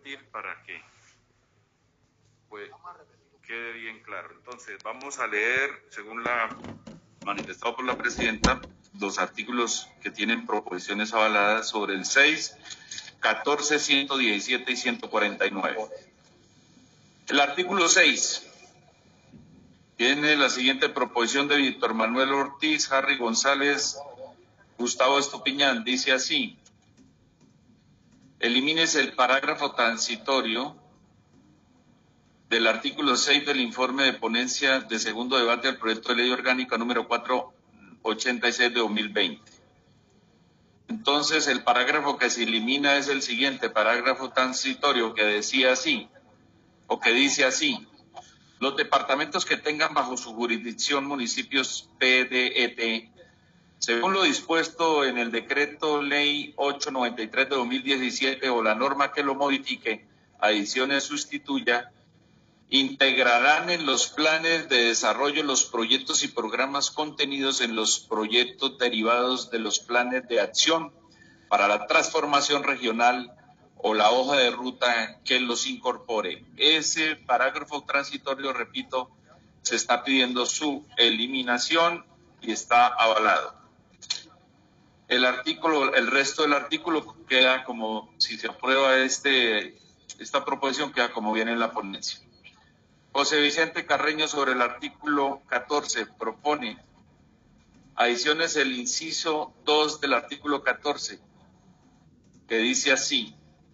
repetir para que pues, quede bien claro. Entonces, vamos a leer, según la manifestado por la presidenta, los artículos que tienen proposiciones avaladas sobre el 6, 14, 117 y 149. El artículo 6 tiene la siguiente proposición de Víctor Manuel Ortiz, Harry González, Gustavo Estupiñán. Dice así: elimínese el parágrafo transitorio del artículo 6 del informe de ponencia de segundo debate del proyecto de ley orgánica número 486 de 2020. Entonces, el parágrafo que se elimina es el siguiente parágrafo transitorio que decía así, o que dice así: los departamentos que tengan bajo su jurisdicción municipios PDET, según lo dispuesto en el decreto ley 893 de 2017 o la norma que lo modifique, adicione, sustituya, integrarán en los planes de desarrollo los proyectos y programas contenidos en los proyectos derivados de los planes de acción para la transformación regional o la hoja de ruta que los incorpore. Ese parágrafo transitorio, repito, se está pidiendo su eliminación y está avalado. El resto del artículo queda como, si se aprueba esta proposición, queda como viene en la ponencia. José Vicente Carreño, sobre el artículo 14, propone adiciones el inciso 2 del artículo 14, que dice así: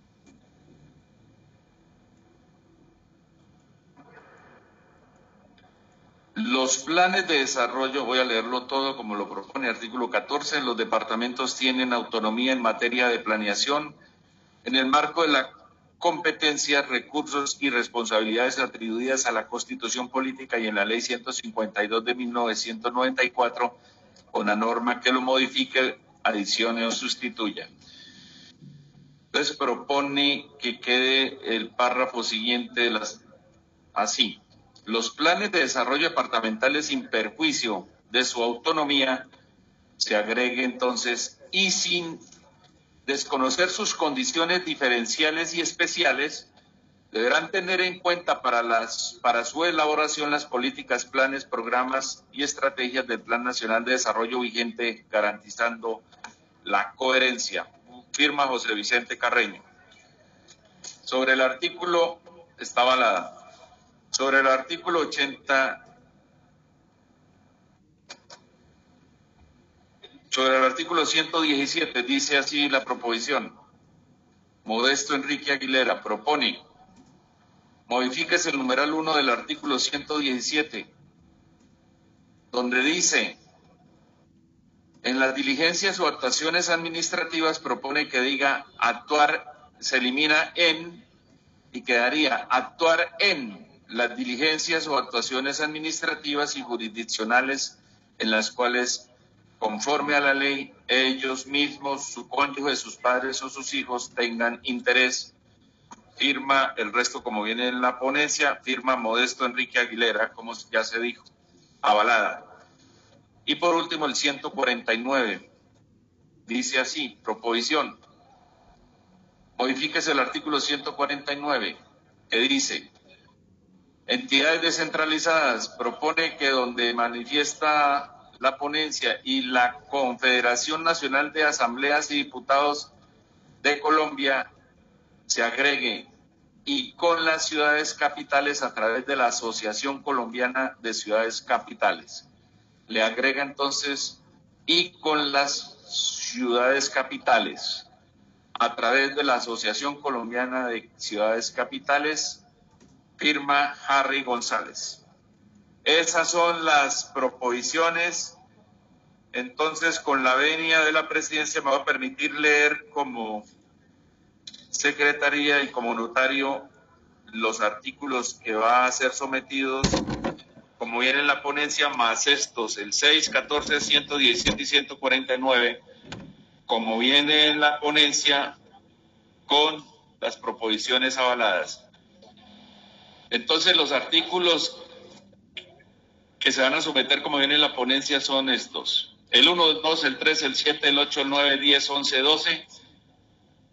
los planes de desarrollo, voy a leerlo todo como lo propone el artículo 14, los departamentos tienen autonomía en materia de planeación en el marco de la competencias, recursos y responsabilidades atribuidas a la Constitución Política y en la Ley 152 de 1994, con la norma que lo modifique, adicione o sustituya. Entonces propone que quede el párrafo siguiente así: los planes de desarrollo departamentales, sin perjuicio de su autonomía, se agregue entonces, y sin desconocer sus condiciones diferenciales y especiales, deberán tener en cuenta para su elaboración las políticas, planes, programas y estrategias del Plan Nacional de Desarrollo vigente, garantizando la coherencia. Firma José Vicente Carreño. Sobre el artículo, está avalada. Sobre el artículo 80, sobre el artículo 117, dice así la proposición. Modesto Enrique Aguilera propone: modifíquese el numeral 1 del artículo 117, donde dice: en las diligencias o actuaciones administrativas, propone que diga actuar, se elimina en, y quedaría actuar en las diligencias o actuaciones administrativas y jurisdiccionales en las cuales, conforme a la ley, ellos mismos, su cónyuge, sus padres o sus hijos tengan interés. Firma el resto como viene en la ponencia, firma Modesto Enrique Aguilera, como ya se dijo, avalada. Y por último el 149, dice así, proposición: modifíquese el artículo 149, que dice: entidades descentralizadas, propone que donde manifiesta la ponencia y la Confederación Nacional de Asambleas y Diputados de Colombia, se agregue y con las ciudades capitales a través de la Asociación Colombiana de Ciudades Capitales. Le agrega entonces y con las ciudades capitales a través de la Asociación Colombiana de Ciudades Capitales. Firma Harry González. Esas son las proposiciones. Entonces, con la venia de la presidencia, me va a permitir leer como secretaría y como notario los artículos que va a ser sometidos, como viene en la ponencia, más estos, el 6, 14, 117 y 149, como viene en la ponencia, con las proposiciones avaladas. Entonces, los artículos que se van a someter, como viene en la ponencia, son estos: el 1, el 2, el 3, el 7, el 8, el 9, el 10, 11, 12,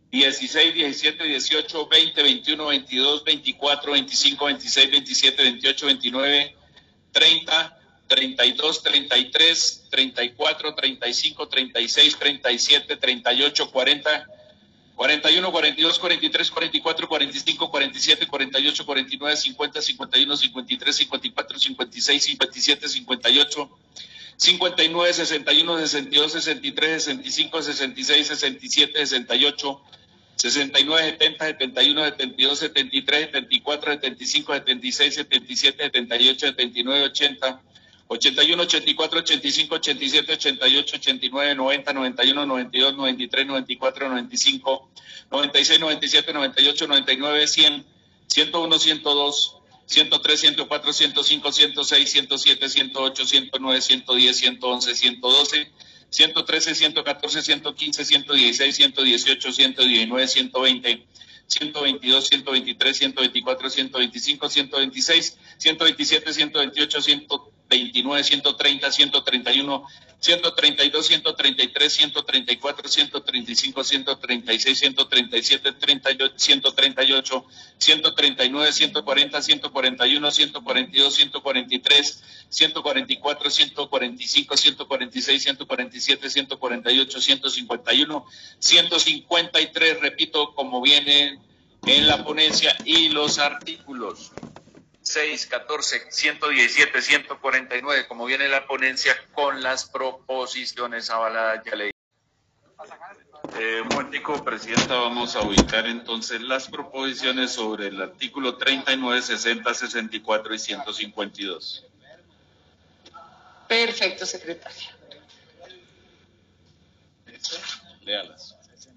16, 17, 18, 20, 21, 22, 24, 25, 26, 27, 28, 29, 30, 32, 33, 34, 35, 36, 37, 38, 40, 41, 42, 43, 44, 45, 47, 48, 49, 50, 51, 53, 54, 56, 57, 58, 59, 61, 62, 63, 65, 66, 67, 68, 69, 70, 71, 72, 73, 74, 75, 76, 77, 78, 79, 80, 81, 84, 85, 87, 88, 89, 90, 91, 92, 93, 94, 95, 96, 97, 98, 99, 100, 101, 102, 103, 104, 105, 106, 107, 108, 109, 110, 111, 112, 113, 114, 115, 116, 118, 119, 120, 122, 123, 124, 125, 126, 127, 128, 129, 130, 131, 132, 133, 134, 135, 136, 137, 38, 138, 139, 140, 141, 142, 143, 144, 145, 146, 147, 148, 151, 153, repito, como viene en la ponencia, y los artículos 6, 14, 117, 149, como viene la ponencia, con las proposiciones avaladas, ya leí. Un momentico, Presidenta, vamos a ubicar entonces las proposiciones sobre el artículo 39, 60, 64 y 152. Perfecto, secretaria. Léalas.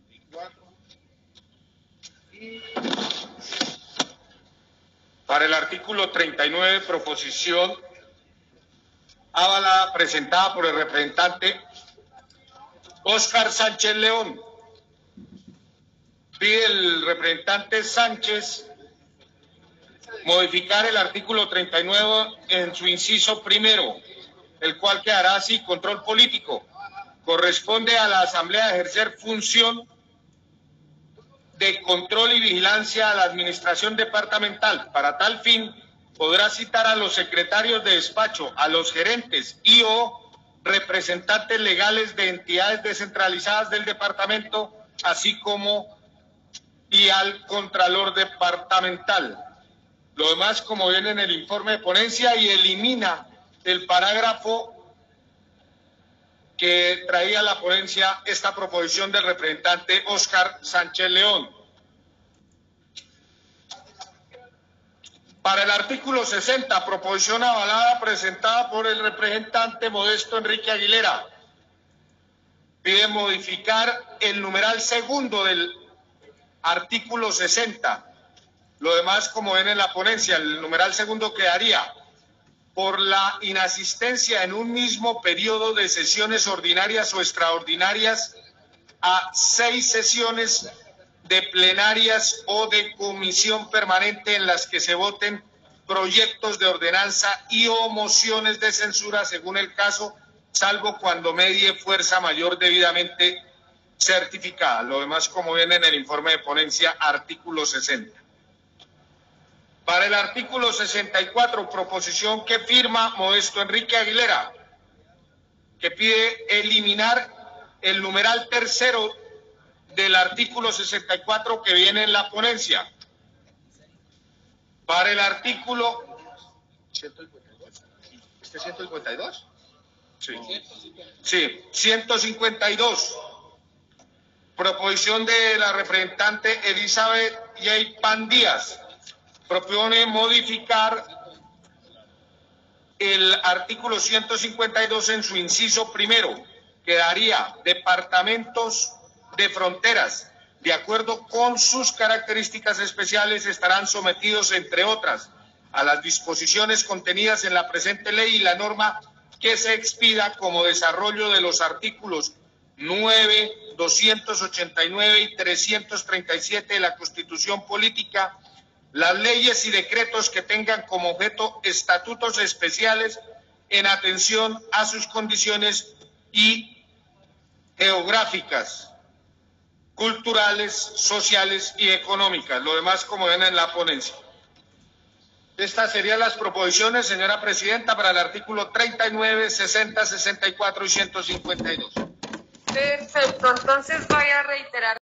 Para el artículo 39, proposición avalada presentada por el representante Óscar Sánchez León. Pide el representante Sánchez modificar el artículo 39 en su inciso primero, el cual quedará así: control político. Corresponde a la Asamblea ejercer función de control y vigilancia a la administración departamental. Para tal fin, podrá citar a los secretarios de despacho, a los gerentes y o representantes legales de entidades descentralizadas del departamento, así como y al contralor departamental. Lo demás, como viene en el informe de ponencia, y elimina el parágrafo que traía la ponencia esta proposición del representante Óscar Sánchez León. Para el artículo 60, proposición avalada presentada por el representante Modesto Enrique Aguilera. Pide modificar el numeral segundo del artículo 60. Lo demás, como ven en la ponencia, el numeral segundo quedaría: por la inasistencia en un mismo periodo de sesiones ordinarias o extraordinarias a 6 sesiones de plenarias o de comisión permanente en las que se voten proyectos de ordenanza y o mociones de censura según el caso, salvo cuando medie fuerza mayor debidamente certificada. Lo demás, como viene en el informe de ponencia, artículo 60. Para el artículo 64, proposición que firma Modesto Enrique Aguilera, que pide eliminar el numeral tercero del artículo 64 que viene en la ponencia. Para el artículo 152. Sí, 152. Proposición de la representante Elizabeth J. Pan Díaz. Propone modificar el artículo 152 en su inciso primero. Quedaría: departamentos de fronteras, de acuerdo con sus características especiales, estarán sometidos, entre otras, a las disposiciones contenidas en la presente ley y la norma que se expida como desarrollo de los artículos 9, 289 y 337 de la Constitución Política, las leyes y decretos que tengan como objeto estatutos especiales en atención a sus condiciones y geográficas. culturales, sociales y económicas. Lo demás, como ven en la ponencia. Estas serían las proposiciones, señora presidenta, para el artículo 39, 60, 64 y 152. Perfecto, entonces voy a reiterar.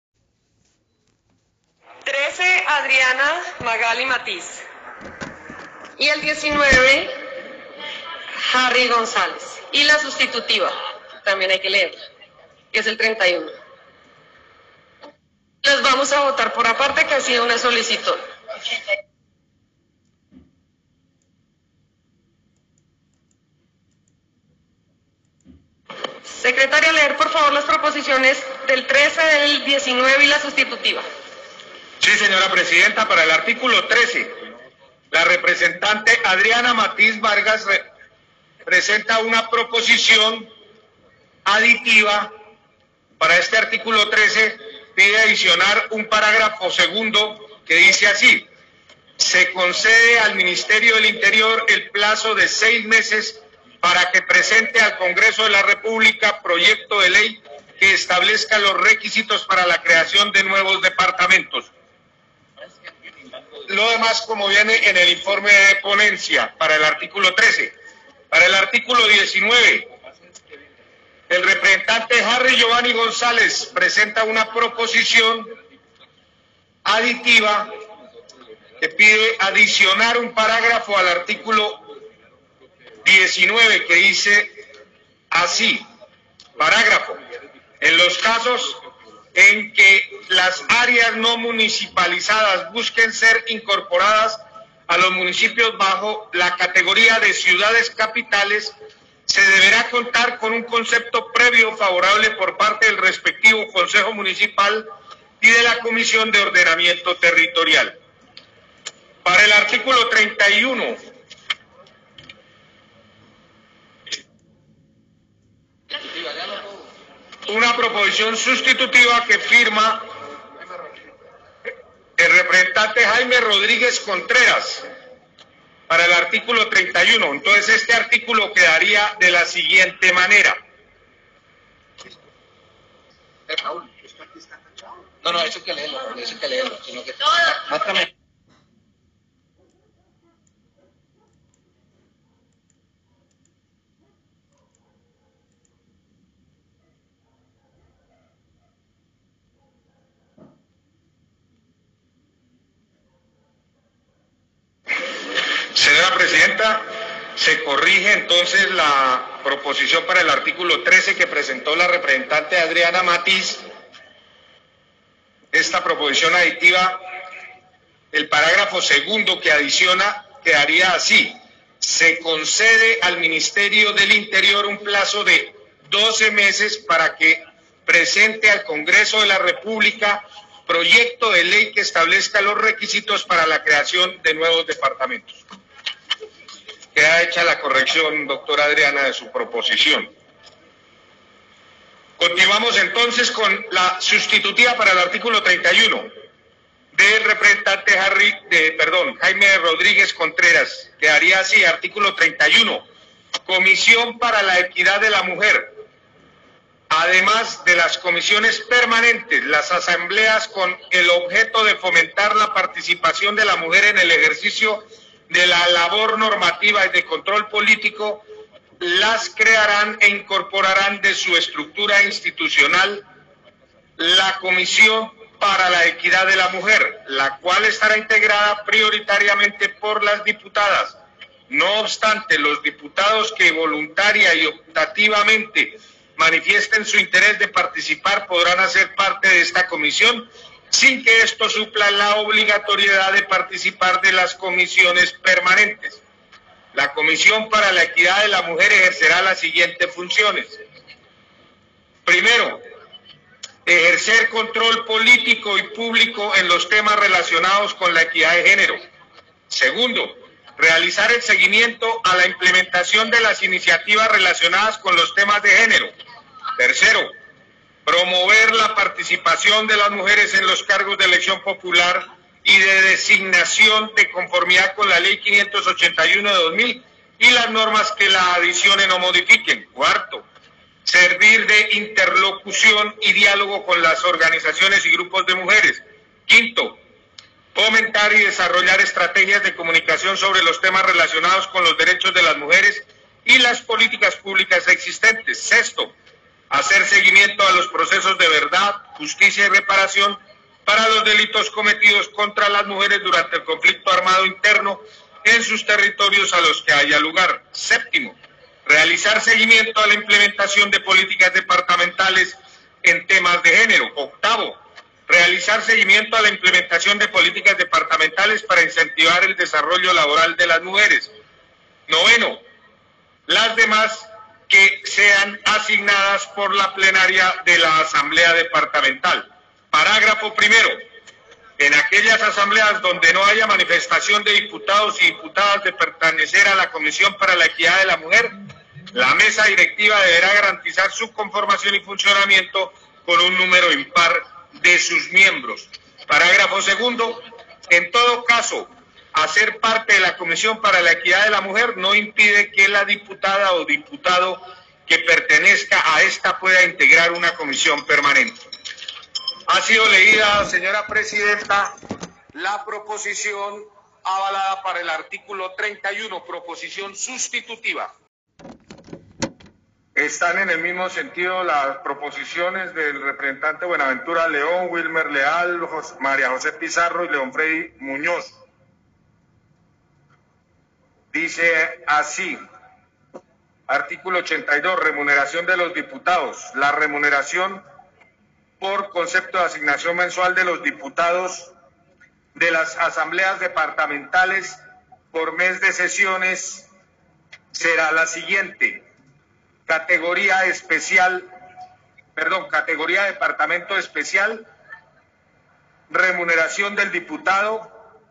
13, Adriana Magali Matiz. Y el 19, Harry González. Y la sustitutiva, también hay que leerla, que es el 31. Los vamos a votar por aparte, que ha sido una solicitud. Secretaria, leer por favor las proposiciones del 13, del 19 y la sustitutiva. Sí, señora presidenta, para el artículo 13, la representante Adriana Matiz Vargas presenta una proposición aditiva. Para este artículo 13 pide adicionar un parágrafo segundo que dice así: se concede al Ministerio del Interior el plazo de 6 meses para que presente al Congreso de la República proyecto de ley que establezca los requisitos para la creación de nuevos departamentos. Lo demás, como viene en el informe de ponencia, para el artículo 13. Para el artículo 19, el representante Harry Giovanni González presenta una proposición aditiva que pide adicionar un parágrafo al artículo 19 que dice así: parágrafo, en los casos en que las áreas no municipalizadas busquen ser incorporadas a los municipios bajo la categoría de ciudades capitales, se deberá contar con un concepto previo favorable por parte del respectivo Consejo Municipal y de la Comisión de Ordenamiento Territorial. Para el artículo 31, una proposición sustitutiva que firma el representante Jaime Rodríguez Contreras para el artículo 31. Entonces este artículo quedaría de la siguiente manera. No, eso hay que leerlo, sino que... Mátame. Señora presidenta, se corrige entonces la proposición para el artículo 13 que presentó la representante Adriana Matiz. Esta proposición aditiva, el parágrafo segundo que adiciona, quedaría así: se concede al Ministerio del Interior un plazo de 12 meses para que presente al Congreso de la República proyecto de ley que establezca los requisitos para la creación de nuevos departamentos. Queda hecha la corrección, doctora Adriana, de su proposición. Continuamos entonces con la sustitutiva para el artículo 31 del representante Jaime Rodríguez Contreras. Quedaría así: artículo 31. Comisión para la Equidad de la Mujer. Además de las comisiones permanentes, las asambleas con el objeto de fomentar la participación de la mujer en el ejercicio de la labor normativa y de control político, las crearán e incorporarán de su estructura institucional la Comisión para la Equidad de la Mujer, la cual estará integrada prioritariamente por las diputadas. No obstante, los diputados que voluntaria y optativamente manifiesten su interés de participar podrán hacer parte de esta comisión sin que esto supla la obligatoriedad de participar de las comisiones permanentes. La Comisión para la Equidad de la Mujer ejercerá las siguientes funciones. Primero, ejercer control político y público en los temas relacionados con la equidad de género. Segundo, realizar el seguimiento a la implementación de las iniciativas relacionadas con los temas de género. Tercero, promover la participación de las mujeres en los cargos de elección popular y de designación de conformidad con la Ley 581 de 2000 y las normas que la adicionen o modifiquen. Cuarto, servir de interlocución y diálogo con las organizaciones y grupos de mujeres. Quinto, fomentar y desarrollar estrategias de comunicación sobre los temas relacionados con los derechos de las mujeres y las políticas públicas existentes. Sexto, hacer seguimiento a los procesos de verdad, justicia y reparación para los delitos cometidos contra las mujeres durante el conflicto armado interno en sus territorios a los que haya lugar. Séptimo, realizar seguimiento a la implementación de políticas departamentales en temas de género. Octavo, realizar seguimiento a la implementación de políticas departamentales para incentivar el desarrollo laboral de las mujeres. Noveno, las demás que sean asignadas por la plenaria de la Asamblea Departamental. Parágrafo primero. En aquellas asambleas donde no haya manifestación de diputados y diputadas de pertenecer a la Comisión para la Equidad de la Mujer, la mesa directiva deberá garantizar su conformación y funcionamiento con un número impar de sus miembros. Parágrafo segundo. En todo caso, hacer parte de la Comisión para la Equidad de la Mujer no impide que la diputada o diputado que pertenezca a esta pueda integrar una comisión permanente. Ha sido leída, señora presidenta, la proposición avalada para el artículo 31, proposición sustitutiva. Están en el mismo sentido las proposiciones del representante Buenaventura León, Wilmer Leal, María José Pizarro y León Freddy Muñoz. Dice así, artículo 82, remuneración de los diputados. La remuneración por concepto de asignación mensual de los diputados de las asambleas departamentales por mes de sesiones será la siguiente. Categoría departamento especial, remuneración del diputado,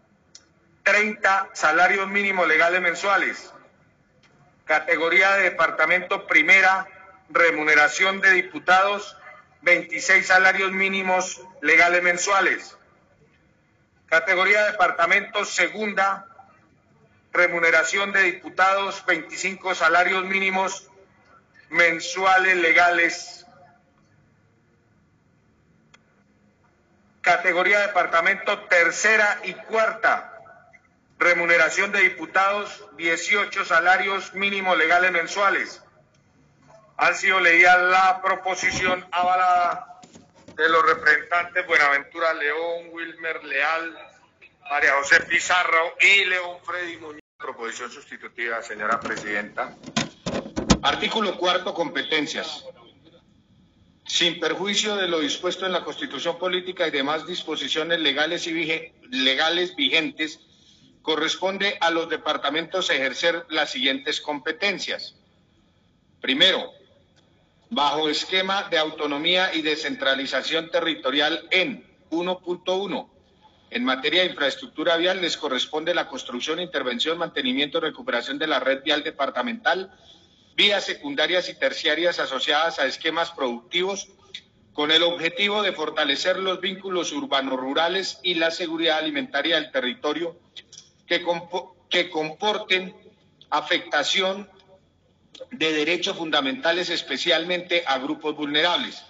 30 salarios mínimos legales mensuales. Categoría de departamento primera, remuneración de diputados, 26 salarios mínimos legales mensuales. Categoría de departamento segunda, remuneración de diputados, 25 salarios mínimos mensuales legales. Categoría de departamento tercera y cuarta, remuneración de diputados, 18 salarios mínimos legales mensuales. Ha sido leída la proposición avalada de los representantes Buenaventura León, Wilmer Leal, María José Pizarro y León Freddy Muñoz. Proposición sustitutiva, señora presidenta. Artículo cuarto, competencias. Sin perjuicio de lo dispuesto en la Constitución Política y demás disposiciones legales vigentes, corresponde a los departamentos ejercer las siguientes competencias. Primero, bajo esquema de autonomía y descentralización territorial en 1.1. En materia de infraestructura vial les corresponde la construcción, intervención, mantenimiento y recuperación de la red vial departamental, vías secundarias y terciarias asociadas a esquemas productivos, con el objetivo de fortalecer los vínculos urbanos-rurales y la seguridad alimentaria del territorio que comporten afectación de derechos fundamentales, especialmente a grupos vulnerables.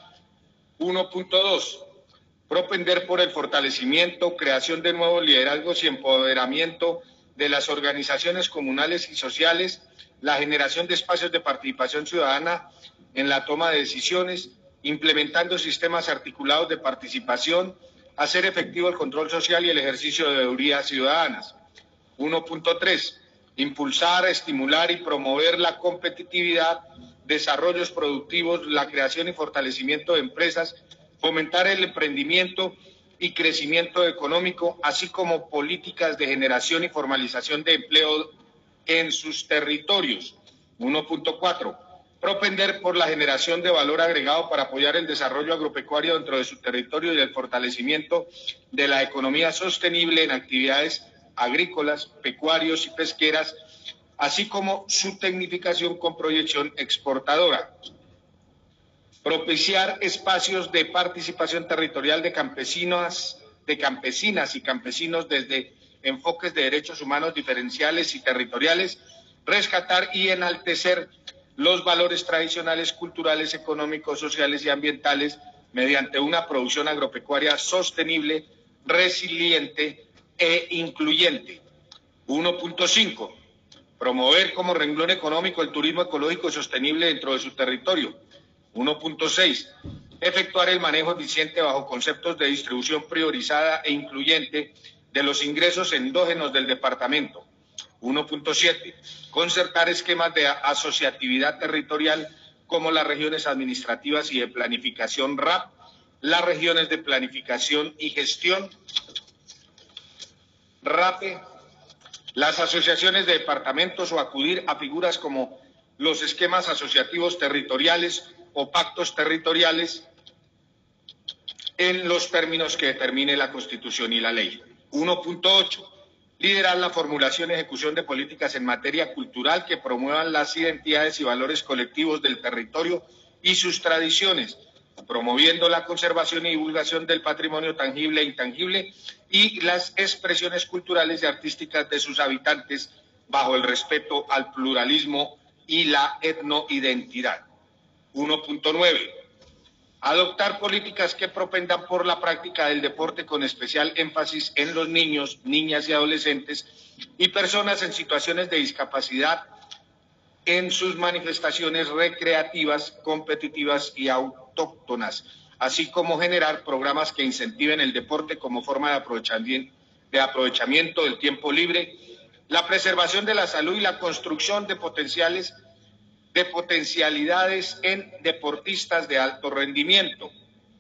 1.2. Propender por el fortalecimiento, creación de nuevos liderazgos y empoderamiento de las organizaciones comunales y sociales, la generación de espacios de participación ciudadana en la toma de decisiones, implementando sistemas articulados de participación, hacer efectivo el control social y el ejercicio de deberías ciudadanas. 1.3. Impulsar, estimular y promover la competitividad, desarrollos productivos, la creación y fortalecimiento de empresas, fomentar el emprendimiento y crecimiento económico, así como políticas de generación y formalización de empleo en sus territorios. 1.4. Propender por la generación de valor agregado para apoyar el desarrollo agropecuario dentro de su territorio y el fortalecimiento de la economía sostenible en actividades agrícolas, pecuarios y pesqueras, así como su tecnificación con proyección exportadora. Propiciar espacios de participación territorial de campesinas y campesinos desde enfoques de derechos humanos diferenciales y territoriales, rescatar y enaltecer los valores tradicionales, culturales, económicos, sociales y ambientales mediante una producción agropecuaria sostenible, resiliente e incluyente. 1.5. Promover como renglón económico el turismo ecológico y sostenible dentro de su territorio. 1.6. Efectuar el manejo eficiente bajo conceptos de distribución priorizada e incluyente de los ingresos endógenos del departamento. 1.7. Concertar esquemas de asociatividad territorial como las regiones administrativas y de planificación RAP, las regiones de planificación y gestión RAPE, las asociaciones de departamentos o acudir a figuras como los esquemas asociativos territoriales o pactos territoriales en los términos que determine la Constitución y la ley. 1.8. Liderar la formulación y ejecución de políticas en materia cultural que promuevan las identidades y valores colectivos del territorio y sus tradiciones, promoviendo la conservación y divulgación del patrimonio tangible e intangible y las expresiones culturales y artísticas de sus habitantes bajo el respeto al pluralismo y la etnoidentidad. 1.9. Adoptar políticas que propendan por la práctica del deporte con especial énfasis en los niños, niñas y adolescentes y personas en situaciones de discapacidad en sus manifestaciones recreativas, competitivas y autóctonas, así como generar programas que incentiven el deporte como forma de aprovechamiento del tiempo libre, la preservación de la salud y la construcción de potencialidades en deportistas de alto rendimiento.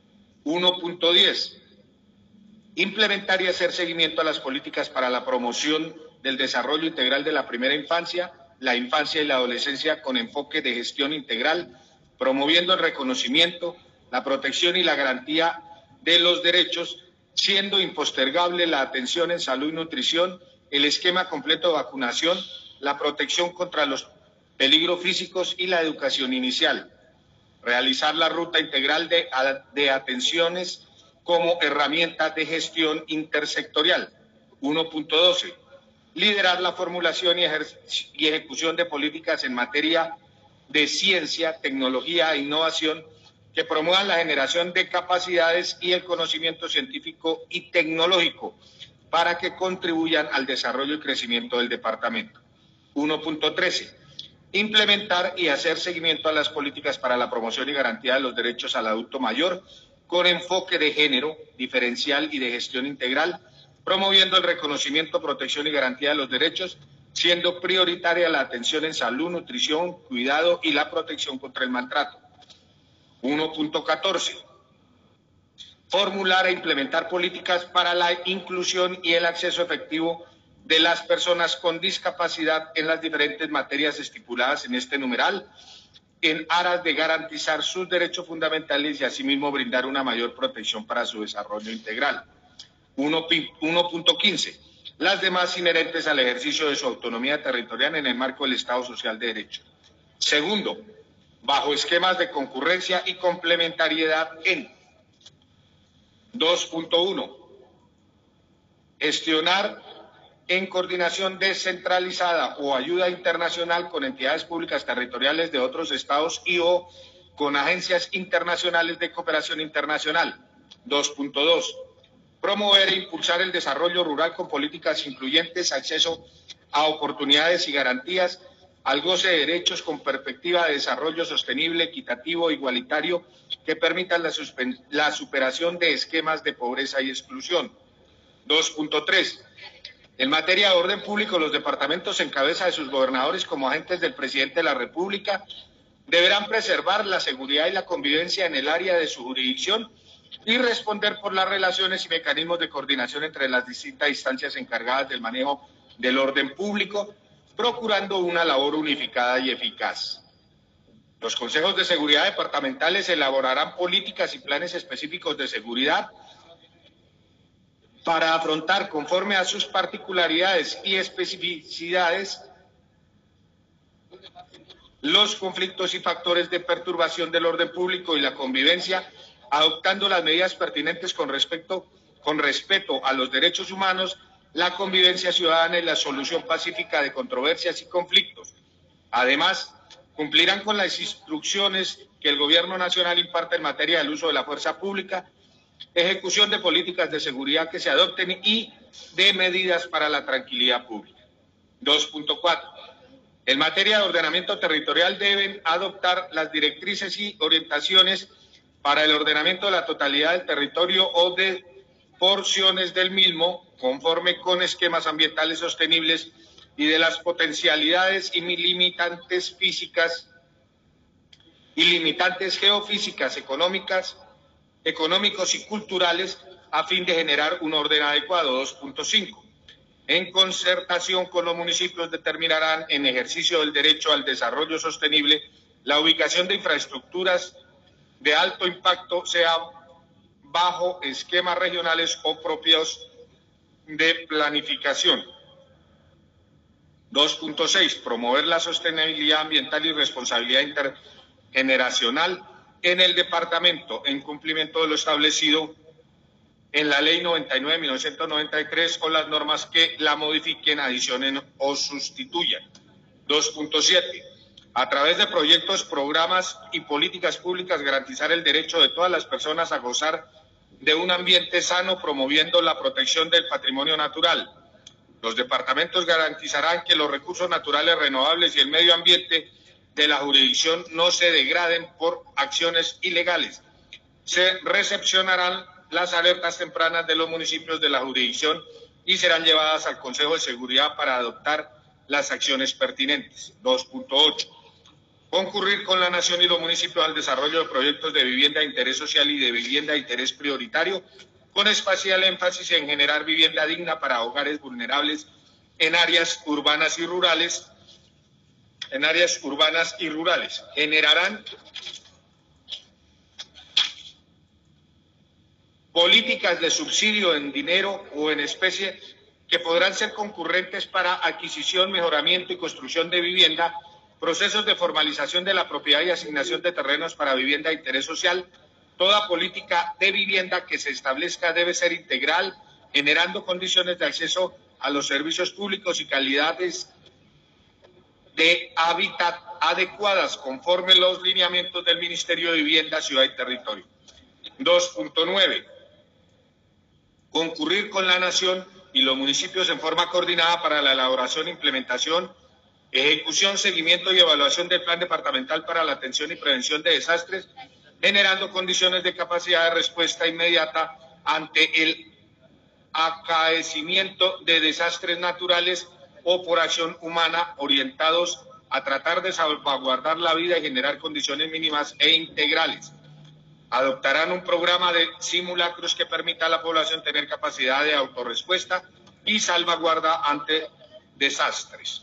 1.10. Implementar y hacer seguimiento a las políticas para la promoción del desarrollo integral de la primera infancia, la infancia y la adolescencia con enfoque de gestión integral, promoviendo el reconocimiento, la protección y la garantía de los derechos, siendo impostergable la atención en salud y nutrición, el esquema completo de vacunación, la protección contra los peligros físicos y la educación inicial. Realizar la ruta integral de atenciones como herramienta de gestión intersectorial. 1.12. Liderar la formulación y ejecución de políticas en materia de ciencia, tecnología e innovación que promuevan la generación de capacidades y el conocimiento científico y tecnológico para que contribuyan al desarrollo y crecimiento del departamento. 1.13. Implementar y hacer seguimiento a las políticas para la promoción y garantía de los derechos al adulto mayor con enfoque de género, diferencial y de gestión integral, promoviendo el reconocimiento, protección y garantía de los derechos, siendo prioritaria la atención en salud, nutrición, cuidado y la protección contra el maltrato. 1.14. Formular e implementar políticas para la inclusión y el acceso efectivo de las personas con discapacidad en las diferentes materias estipuladas en este numeral, en aras de garantizar sus derechos fundamentales y asimismo brindar una mayor protección para su desarrollo integral. 1.15. Las demás inherentes al ejercicio de su autonomía territorial en el marco del Estado Social de Derecho. Segundo, bajo esquemas de concurrencia y complementariedad en 2.1. Gestionar en coordinación descentralizada o ayuda internacional con entidades públicas territoriales de otros estados y o con agencias internacionales de cooperación internacional. 2.2. Promover e impulsar el desarrollo rural con políticas incluyentes, acceso a oportunidades y garantías, al goce de derechos con perspectiva de desarrollo sostenible, equitativo, igualitario, que permitan la superación de esquemas de pobreza y exclusión. 2.3. En materia de orden público, los departamentos en cabeza de sus gobernadores como agentes del presidente de la República deberán preservar la seguridad y la convivencia en el área de su jurisdicción y responder por las relaciones y mecanismos de coordinación entre las distintas instancias encargadas del manejo del orden público, procurando una labor unificada y eficaz. Los consejos de seguridad departamentales elaborarán políticas y planes específicos de seguridad para afrontar, conforme a sus particularidades y especificidades, los conflictos y factores de perturbación del orden público y la convivencia, adoptando las medidas pertinentes con respeto a los derechos humanos, la convivencia ciudadana y la solución pacífica de controversias y conflictos. Además, Cumplirán con las instrucciones que el Gobierno Nacional imparte en materia del uso de la fuerza pública, ejecución de políticas de seguridad que se adopten y de medidas para la tranquilidad pública. 2.4. En materia de ordenamiento territorial deben adoptar las directrices y orientaciones para el ordenamiento de la totalidad del territorio o de porciones del mismo, conforme con esquemas ambientales sostenibles y de las potencialidades y limitantes físicas y limitantes geofísicas, económicos y culturales, a fin de generar un orden adecuado. 2.5. En concertación con los municipios determinarán, en ejercicio del derecho al desarrollo sostenible, la ubicación de infraestructuras de alto impacto, sea bajo esquemas regionales o propios de planificación. 2.6. Promover la sostenibilidad ambiental y responsabilidad intergeneracional en el departamento, en cumplimiento de lo establecido en la Ley 99 de 1993 o las normas que la modifiquen, adicionen o sustituyan. 2.7. A través de proyectos, programas y políticas públicas, garantizar el derecho de todas las personas a gozar de un ambiente sano, promoviendo la protección del patrimonio natural. Los departamentos garantizarán que los recursos naturales renovables y el medio ambiente de la jurisdicción no se degraden por acciones ilegales. Se recepcionarán las alertas tempranas de los municipios de la jurisdicción y serán llevadas al Consejo de Seguridad para adoptar las acciones pertinentes. 2.8. Concurrir con la Nación y los municipios al desarrollo de proyectos de vivienda de interés social y de vivienda de interés prioritario, con especial énfasis en generar vivienda digna para hogares vulnerables en áreas urbanas y rurales. Generarán políticas de subsidio en dinero o en especie que podrán ser concurrentes para adquisición, mejoramiento y construcción de vivienda, procesos de formalización de la propiedad y asignación de terrenos para vivienda de interés social. Toda política de vivienda que se establezca debe ser integral, generando condiciones de acceso a los servicios públicos y calidades de hábitat adecuadas, conforme los lineamientos del Ministerio de Vivienda, Ciudad y Territorio. 2.9. Concurrir con la Nación y los municipios en forma coordinada para la elaboración, implementación, ejecución, seguimiento y evaluación del Plan Departamental para la Atención y Prevención de Desastres, generando condiciones de capacidad de respuesta inmediata ante el acaecimiento de desastres naturales o por acción humana, orientados a tratar de salvaguardar la vida y generar condiciones mínimas e integrales. Adoptarán un programa de simulacros que permita a la población tener capacidad de autorrespuesta y salvaguarda ante desastres.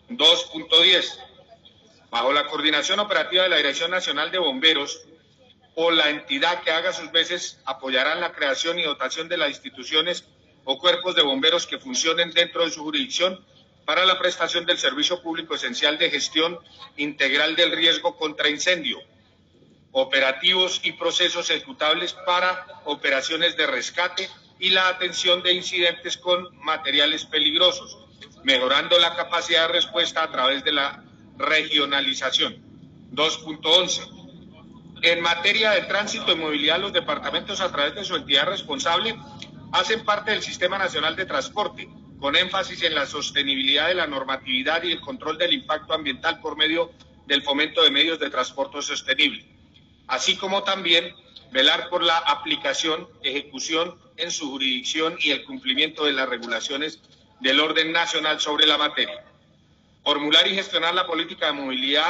2.10. Bajo la coordinación operativa de la Dirección Nacional de Bomberos o la entidad que haga sus veces, apoyarán la creación y dotación de las instituciones o cuerpos de bomberos que funcionen dentro de su jurisdicción para la prestación del servicio público esencial de gestión integral del riesgo contra incendio, operativos y procesos ejecutables para operaciones de rescate y la atención de incidentes con materiales peligrosos, mejorando la capacidad de respuesta a través de la regionalización. 2.11. En materia de tránsito y movilidad, los departamentos, a través de su entidad responsable, hacen parte del Sistema Nacional de Transporte, con énfasis en la sostenibilidad de la normatividad y el control del impacto ambiental por medio del fomento de medios de transporte sostenible, así como también velar por la aplicación, ejecución en su jurisdicción y el cumplimiento de las regulaciones del orden nacional sobre la materia. Formular y gestionar la política de movilidad,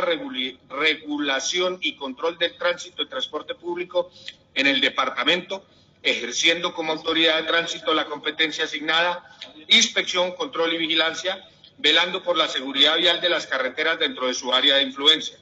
regulación y control del tránsito y transporte público en el departamento, ejerciendo como autoridad de tránsito la competencia asignada, inspección, control y vigilancia, velando por la seguridad vial de las carreteras dentro de su área de influencia.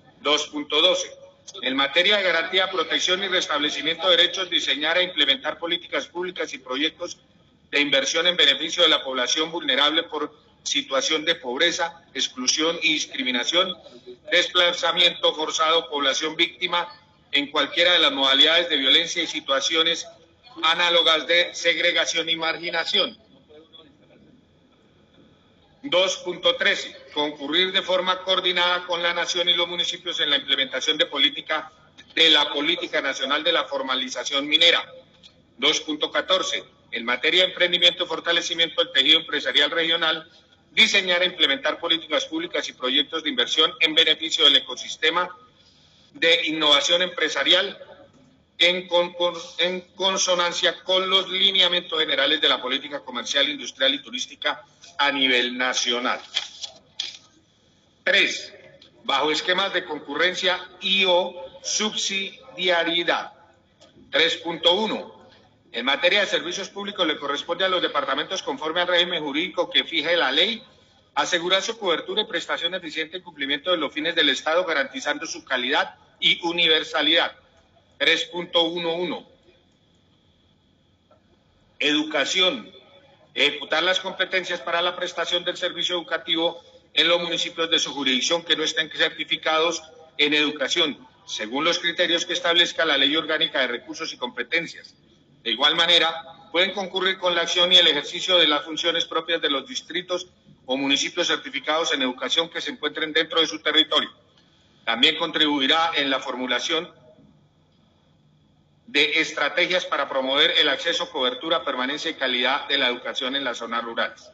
2.12. En materia de garantía, protección y restablecimiento de derechos, diseñar e implementar políticas públicas y proyectos de inversión en beneficio de la población vulnerable por situación de pobreza, exclusión y discriminación, desplazamiento forzado, población víctima en cualquiera de las modalidades de violencia y situaciones análogas de segregación y marginación. 2.13. Concurrir de forma coordinada con la Nación y los municipios en la implementación de la Política Nacional de la Formalización Minera. 2.14. En materia de emprendimiento y fortalecimiento del tejido empresarial regional, diseñar e implementar políticas públicas y proyectos de inversión en beneficio del ecosistema de innovación empresarial en consonancia con los lineamientos generales de la política comercial, industrial y turística a nivel nacional. 3. Bajo esquemas de concurrencia y/o subsidiariedad. 3.1. En materia de servicios públicos le corresponde a los departamentos, conforme al régimen jurídico que fije la ley, asegurar su cobertura y prestación eficiente en cumplimiento de los fines del Estado, garantizando su calidad y universalidad. 3.11. Educación. Ejecutar las competencias para la prestación del servicio educativo en los municipios de su jurisdicción que no estén certificados en educación, según los criterios que establezca la Ley Orgánica de Recursos y Competencias. De igual manera, pueden concurrir con la acción y el ejercicio de las funciones propias de los distritos o municipios certificados en educación que se encuentren dentro de su territorio. También contribuirá en la formulación de estrategias para promover el acceso, cobertura, permanencia y calidad de la educación en las zonas rurales.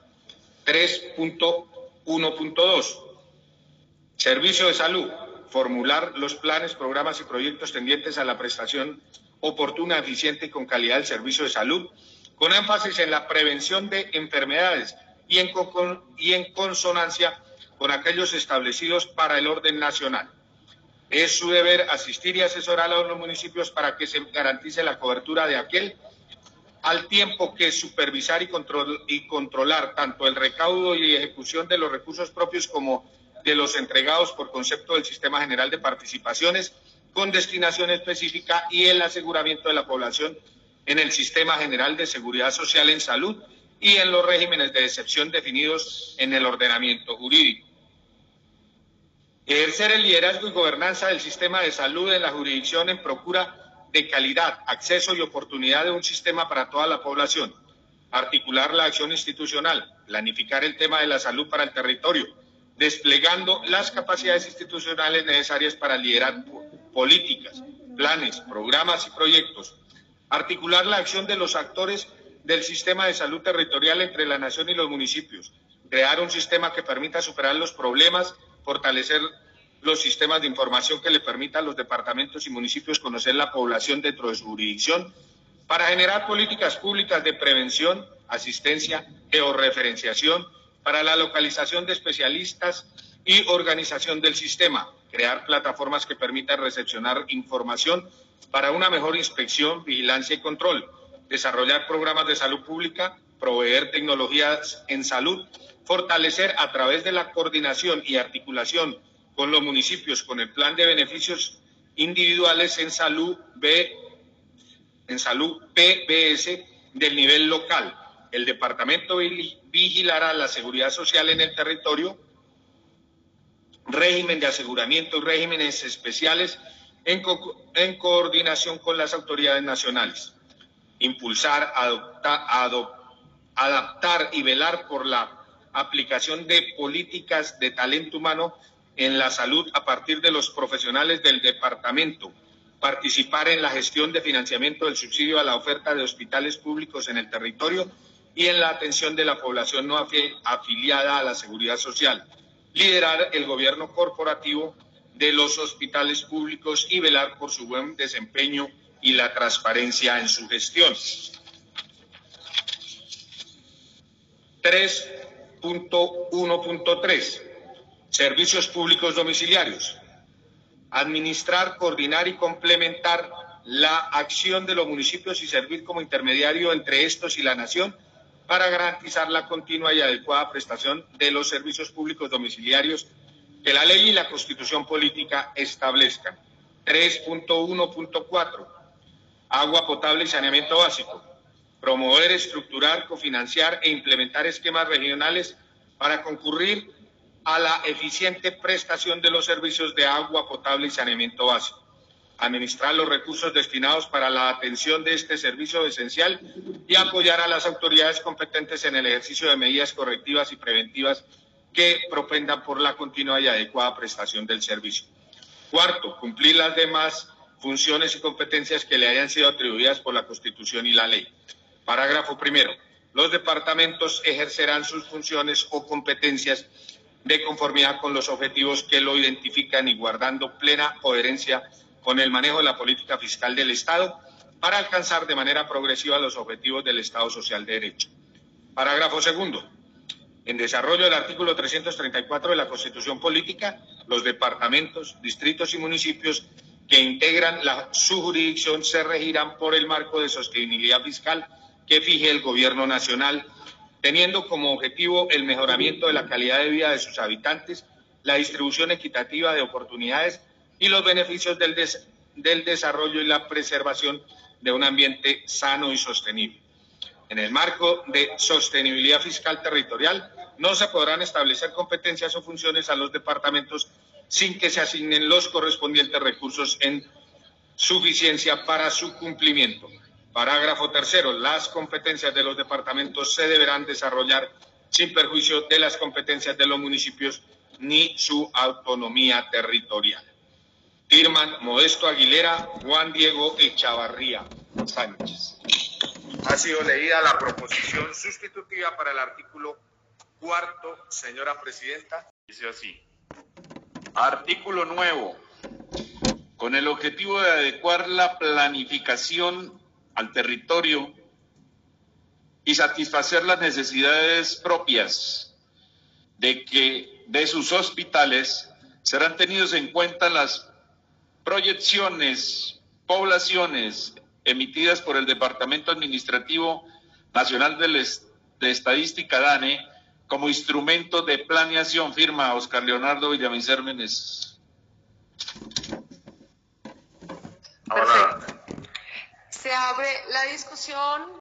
3.1.2. Servicio de salud. Formular los planes, programas y proyectos tendientes a la prestación oportuna, eficiente y con calidad del servicio de salud, con énfasis en la prevención de enfermedades y en consonancia con aquellos establecidos para el orden nacional. Es su deber asistir y asesorar a los municipios para que se garantice la cobertura de aquel, al tiempo que supervisar y controlar tanto el recaudo y ejecución de los recursos propios como de los entregados por concepto del Sistema General de Participaciones con destinación específica y el aseguramiento de la población en el Sistema General de Seguridad Social en Salud y en los regímenes de excepción definidos en el ordenamiento jurídico. Ejercer el liderazgo y gobernanza del sistema de salud en la jurisdicción en procura de calidad, acceso y oportunidad de un sistema para toda la población. Articular la acción institucional, planificar el tema de la salud para el territorio, desplegando las capacidades institucionales necesarias para liderar políticas, planes, programas y proyectos. Articular la acción de los actores del sistema de salud territorial entre la nación y los municipios. Crear un sistema que permita superar los problemas, fortalecer los sistemas de información que le permitan a los departamentos y municipios conocer la población dentro de su jurisdicción para generar políticas públicas de prevención, asistencia, georreferenciación, para la localización de especialistas y organización del sistema, crear plataformas que permitan recepcionar información para una mejor inspección, vigilancia y control, desarrollar programas de salud pública, proveer tecnologías en salud, fortalecer a través de la coordinación y articulación con los municipios con el plan de beneficios individuales en salud PBS del nivel local. El departamento vigilará la seguridad social en el territorio, régimen de aseguramiento y regímenes especiales en coordinación con las autoridades nacionales. Impulsar, adaptar y velar por la aplicación de políticas de talento humano en la salud a partir de los profesionales del departamento. Participar en la gestión de financiamiento del subsidio a la oferta de hospitales públicos en el territorio y en la atención de la población no afiliada a la seguridad social. Liderar el gobierno corporativo de los hospitales públicos y velar por su buen desempeño y la transparencia en su gestión. 3.1.3. Servicios públicos domiciliarios. Administrar, coordinar y complementar la acción de los municipios y servir como intermediario entre estos y la nación para garantizar la continua y adecuada prestación de los servicios públicos domiciliarios que la ley y la Constitución política establezcan. 3.1.4. Agua potable y saneamiento básico. Promover, estructurar, cofinanciar e implementar esquemas regionales para concurrir a la eficiente prestación de los servicios de agua potable y saneamiento básico. Administrar los recursos destinados para la atención de este servicio esencial y apoyar a las autoridades competentes en el ejercicio de medidas correctivas y preventivas que propendan por la continua y adecuada prestación del servicio. Cuarto, cumplir las demás funciones y competencias que le hayan sido atribuidas por la Constitución y la ley. Parágrafo primero. Los departamentos ejercerán sus funciones o competencias de conformidad con los objetivos que lo identifican y guardando plena coherencia con el manejo de la política fiscal del Estado para alcanzar de manera progresiva los objetivos del Estado Social de Derecho. Parágrafo segundo. En desarrollo del artículo 334 de la Constitución Política, los departamentos, distritos y municipios que integran su jurisdicción se regirán por el marco de sostenibilidad fiscal que fije el Gobierno Nacional, teniendo como objetivo el mejoramiento de la calidad de vida de sus habitantes, la distribución equitativa de oportunidades y los beneficios del desarrollo y la preservación de un ambiente sano y sostenible. En el marco de sostenibilidad fiscal territorial, no se podrán establecer competencias o funciones a los departamentos sin que se asignen los correspondientes recursos en suficiencia para su cumplimiento. Parágrafo tercero. Las competencias de los departamentos se deberán desarrollar sin perjuicio de las competencias de los municipios ni su autonomía territorial. Firman Modesto Aguilera, Juan Diego Echavarría Sánchez. Ha sido leída la proposición sustitutiva para el artículo 4º, señora presidenta. Dice así. Artículo nuevo. Con el objetivo de adecuar la planificación al territorio y satisfacer las necesidades propias de sus hospitales, serán tenidos en cuenta las proyecciones, poblaciones emitidas por el Departamento Administrativo Nacional de Estadística, DANE, como instrumento de planeación. Firma Oscar Leonardo Villavicencio Meneses. Perfecto. Se abre la discusión.